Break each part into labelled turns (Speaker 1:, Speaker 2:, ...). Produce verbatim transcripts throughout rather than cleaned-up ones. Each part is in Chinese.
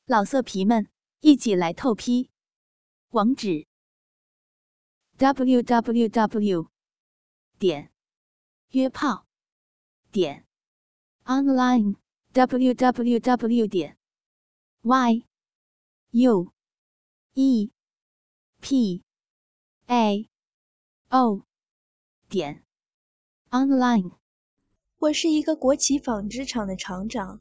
Speaker 1: 老色皮们，一起来透批！网址 ：double u double u double u 点约炮点 online w w w 点 y u e p a o 点 online。
Speaker 2: 我是一个国企纺织厂的厂长。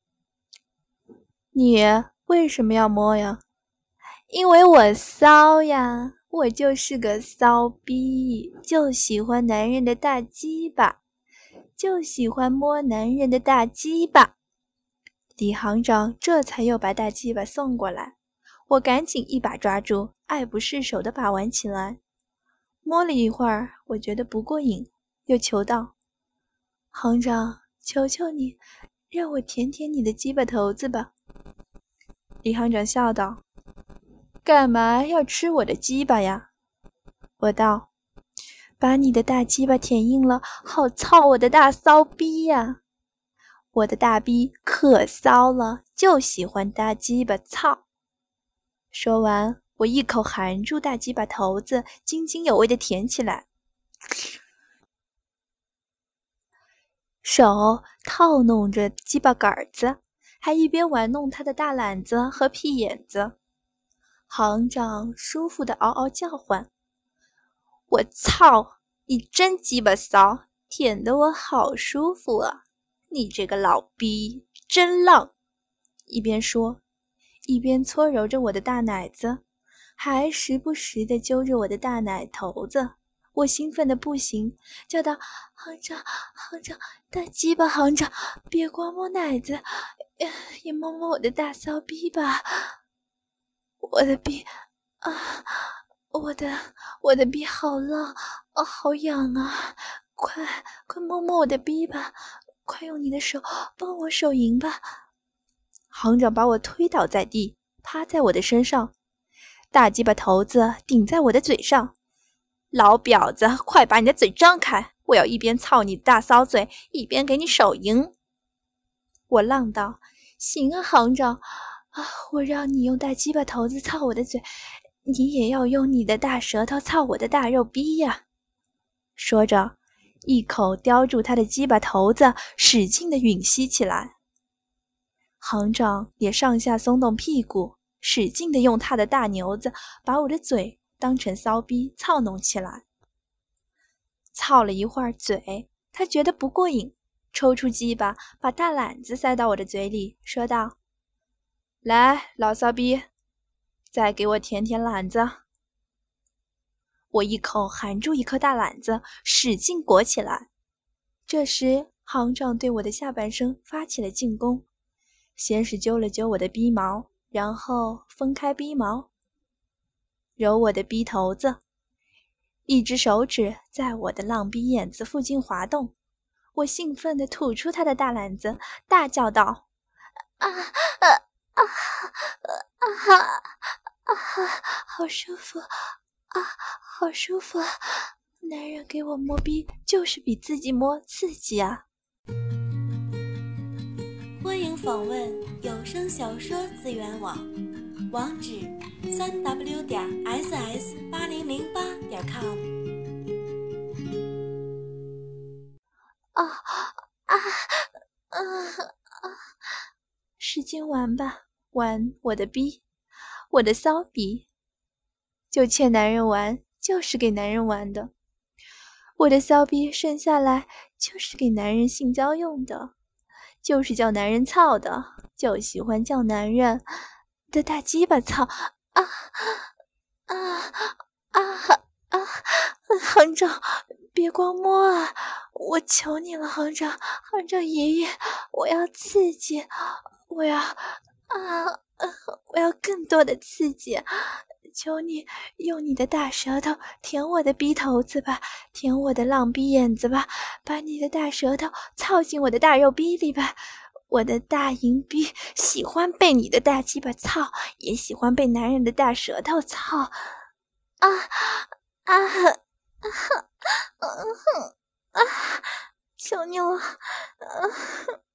Speaker 2: 你为什么要摸呀？因为我骚呀，我就是个骚逼，就喜欢男人的大鸡巴，就喜欢摸男人的大鸡巴。李行长这才又把大鸡巴送过来，我赶紧一把抓住，爱不释手地把玩起来。摸了一会儿，我觉得不过瘾，又求道：行长，求求你，让我舔舔你的鸡巴头子吧。李行长笑道：干嘛要吃我的鸡巴呀？我道：把你的大鸡巴舔硬了，好操我的大骚逼呀！我的大逼可骚了，就喜欢大鸡巴操。说完，我一口含住大鸡巴头子，津津有味地舔起来，手套弄着鸡巴杆子，还一边玩弄他的大懒子和屁眼子。行长舒服地嗷嗷叫唤：我操，你真鸡巴骚，舔得我好舒服啊，你这个老逼真浪。一边说，一边搓揉着我的大奶子，还时不时地揪着我的大奶头子。我兴奋得不行，叫道：行长，行长，大鸡巴行长，别光摸奶子，也摸摸我的大骚逼吧。我的逼啊，我的我的逼好浪啊，好痒啊，快快摸摸我的逼吧，快用你的手帮我手淫吧。行长把我推倒在地，趴在我的身上，大鸡巴头子顶在我的嘴上。老婊子，快把你的嘴张开，我要一边操你大骚嘴，一边给你手淫。我浪道：行啊，行长啊，我让你用大鸡巴头子操我的嘴，你也要用你的大舌头操我的大肉逼呀！说着，一口叼住他的鸡巴头子，使劲地吮吸起来。行长也上下松动屁股，使劲地用他的大牛子把我的嘴当成骚逼操弄起来。操了一会儿嘴，他觉得不过瘾，抽出鸡巴，把大懒子塞到我的嘴里，说道：来，老骚逼，再给我舔舔懒子。我一口含住一颗大懒子，使劲裹起来。这时行长对我的下半身发起了进攻，先是揪了揪我的逼毛，然后分开逼毛，揉我的逼头子，一只手指在我的浪逼眼子附近滑动。我兴奋地吐出他的大懒子，大叫道：啊啊啊啊啊！好舒服啊，好舒服啊！男人给我摸逼就是比自己摸刺激啊！
Speaker 3: 欢迎访问有声小说资源网，网址三 w 点 s s 八零零八点 com。
Speaker 2: 啊啊啊啊！使劲玩吧，玩我的逼，我的骚逼，就欠男人玩，就是给男人玩的。我的骚逼生下来就是给男人性交用的，就是叫男人操的，就喜欢叫男人的大鸡巴操啊啊啊啊！行长，别光摸啊！我求你了，行长，行长爷爷，我要刺激，我要啊，我要更多的刺激！求你用你的大舌头舔我的逼头子吧，舔我的浪逼眼子吧，把你的大舌头操进我的大肉逼里吧。我的大淫逼喜欢被你的大鸡巴操，也喜欢被男人的大舌头操。啊啊啊啊！求你了，啊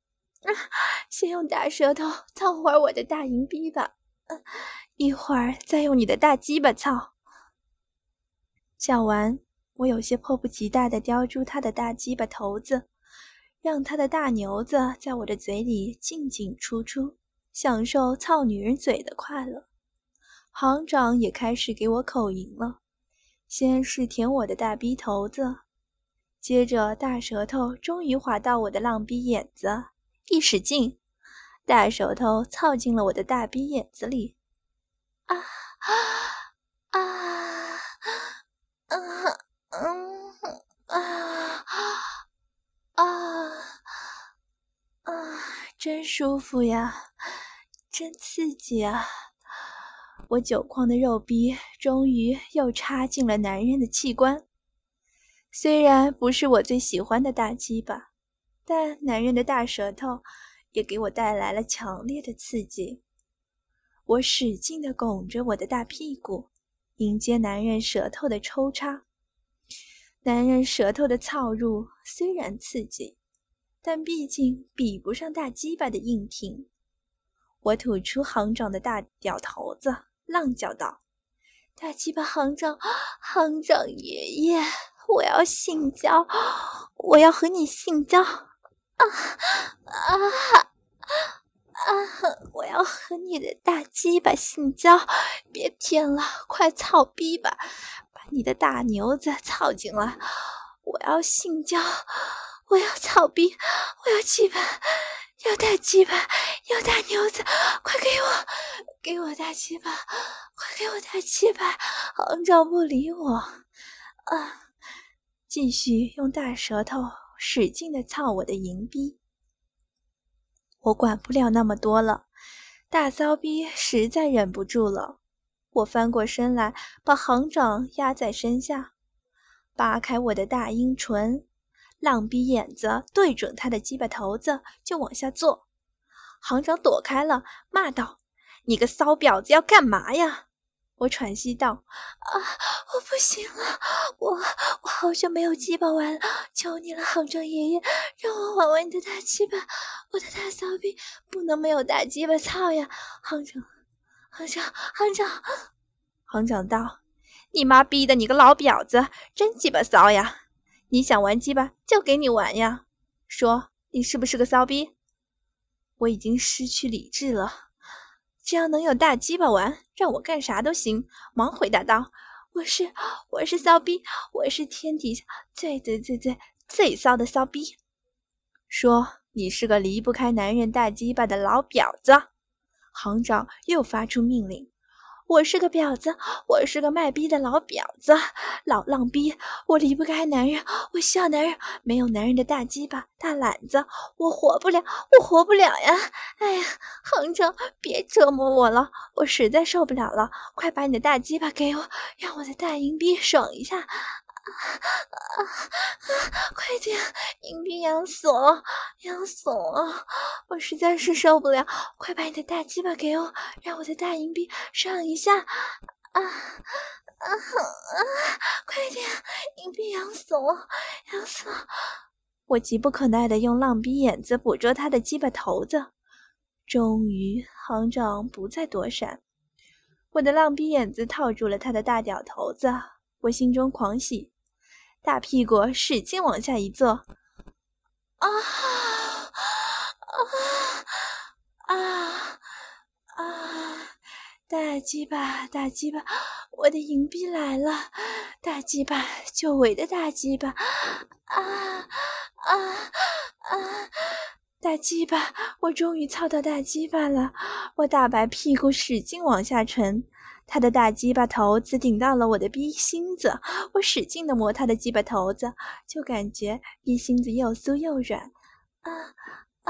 Speaker 2: 啊，先用大舌头操会儿我的大银币吧，啊，一会儿再用你的大鸡巴操。叫完，我有些迫不及待地叼住他的大鸡巴头子，让他的大牛子在我的嘴里进进出出，享受操女人嘴的快乐。行长也开始给我口淫了，先是舔我的大逼头子，接着大舌头终于滑到我的浪逼眼子，一使劲，大舌头操进了我的大逼眼子里。啊啊啊嗯啊啊啊！真舒服呀，真刺激啊！我久旷的肉逼终于又插进了男人的器官。虽然不是我最喜欢的大鸡巴，但男人的大舌头也给我带来了强烈的刺激。我使劲地拱着我的大屁股，迎接男人舌头的抽插。男人舌头的操入虽然刺激，但毕竟比不上大鸡巴的硬挺。我吐出行长的大屌头子，浪叫道：“大鸡巴行长，行长爷爷，我要性交，我要和你性交！啊啊啊！我要和你的大鸡巴性交，别舔了，快操逼吧，把你的大牛子操进来！我要性交，我要操逼，我要鸡巴，要大鸡巴，要大牛子，快给我，给我大鸡巴，快给我大鸡巴！行长不理我，啊！继续用大舌头使劲地操我的银逼。我管不了那么多了，大骚逼实在忍不住了。我翻过身来，把行长压在身下，扒开我的大阴唇，浪逼眼子对准他的鸡巴头子就往下坐。行长躲开了，骂道：“你个骚婊子要干嘛呀？”我喘息道：“啊，我不行了，我我好久没有鸡巴玩了，求你了，行长爷爷，让我玩玩你的大鸡巴，我的大骚逼不能没有大鸡巴操呀！”行长，行长，行长，行长道：“你妈逼的，你个老婊子，真鸡巴骚呀！你想玩鸡巴就给你玩呀！说你是不是个骚逼？”我已经失去理智了。只要能有大鸡巴玩，让我干啥都行。忙回答道：“我是我是骚逼，我是天底下最最最最最骚的骚逼。”说你是个离不开男人大鸡巴的老婊子。行长又发出命令：“我是个婊子，我是个卖逼的老婊子，老浪逼，我离不开男人，我需要男人，没有男人的大鸡巴大懒子，我活不了，我活不了呀！哎呀，行长，别折磨我了，我实在受不了了，快把你的大鸡巴给我，让我的大银逼爽一下！啊啊啊！快点，银币痒死了，痒死了！我实在是受不了，快把你的大鸡巴给我，让我的大银币上一下！啊啊啊！快点，银币痒死了，痒死了！我急不可耐地用浪逼眼子捕捉他的鸡巴头子，终于，行长不再躲闪，我的浪逼眼子套住了他的大屌头子，我心中狂喜。大屁股使劲往下一坐，啊啊啊啊！大鸡巴，大鸡巴，我的银币来了！大鸡巴，久违的大鸡巴！啊啊啊！大鸡巴，我终于操到大鸡巴了！我大白屁股使劲往下沉。他的大鸡巴头子顶到了我的逼心子，我使劲地磨他的鸡巴头子，就感觉逼心子又酥又软。啊啊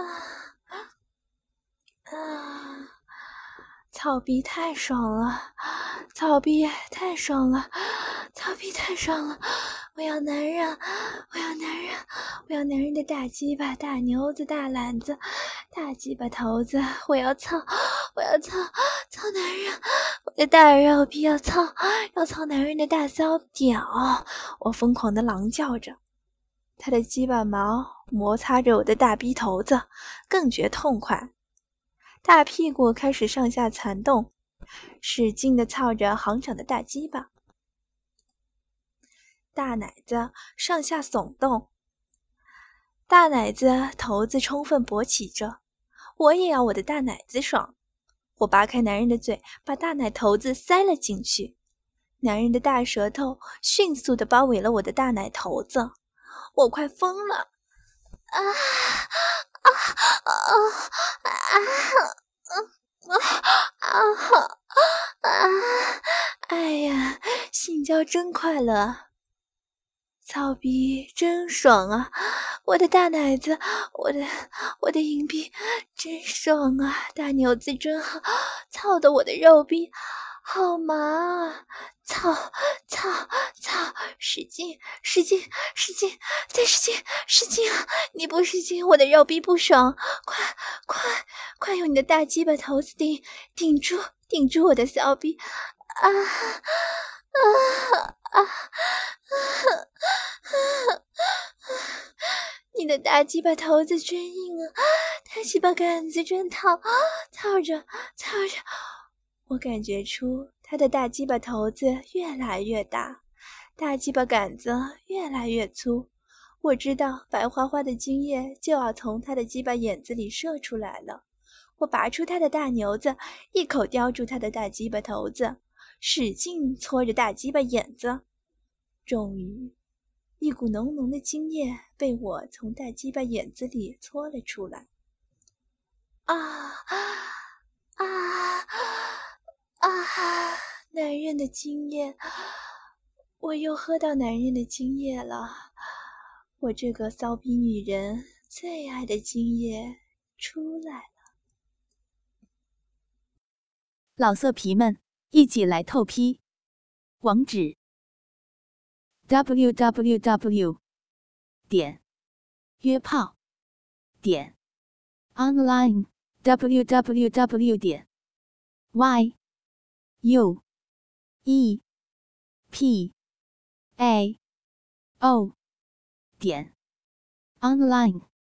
Speaker 2: 啊！操逼太爽了，操逼太爽了，操逼太爽了！我要男人，我要男人，我要男人的大鸡巴、大牛子、大篮子、大鸡巴头子，我要操，我要操，操男人！我的大肉逼要操，要操男人的大骚屌！我疯狂的狼叫着，他的鸡巴毛摩擦着我的大逼头子，更觉痛快。大屁股开始上下攒动，使劲地操着行长的大鸡巴。大奶子上下耸动，大奶子头子充分勃起着，我也要我的大奶子爽。我扒开男人的嘴，把大奶头子塞了进去。男人的大舌头迅速地包围了我的大奶头子，我快疯了！啊啊啊啊啊啊啊！哎呀，性交真快乐，操逼真爽啊！我的大奶子，我的我的银币真爽啊！大牛子真好，操的我的肉逼好麻啊！操操操！使劲使劲使劲再使劲使劲啊！你不使劲，我的肉逼不爽！快快快用你的大鸡巴头子顶顶住顶住我的骚逼！啊啊啊！你的大鸡巴头子真硬啊，大鸡巴杆子真烫，操着操着，我感觉出他的大鸡巴头子越来越大，大鸡巴杆子越来越粗。我知道白花花的精液就要从他的鸡巴眼子里射出来了。我拔出他的大牛子，一口叼住他的大鸡巴头子，使劲搓着大鸡巴眼子。终于，一股浓浓的精液被我从大鸡巴眼子里搓了出来。啊啊啊！男人的精液，我又喝到男人的精液了。我这个骚逼女人最爱的精液出来了。
Speaker 1: 老色皮们，一起来透批！网址 ：double u double u double u 点约炮点 online double u double u double u 点 y u e p a o 点 online。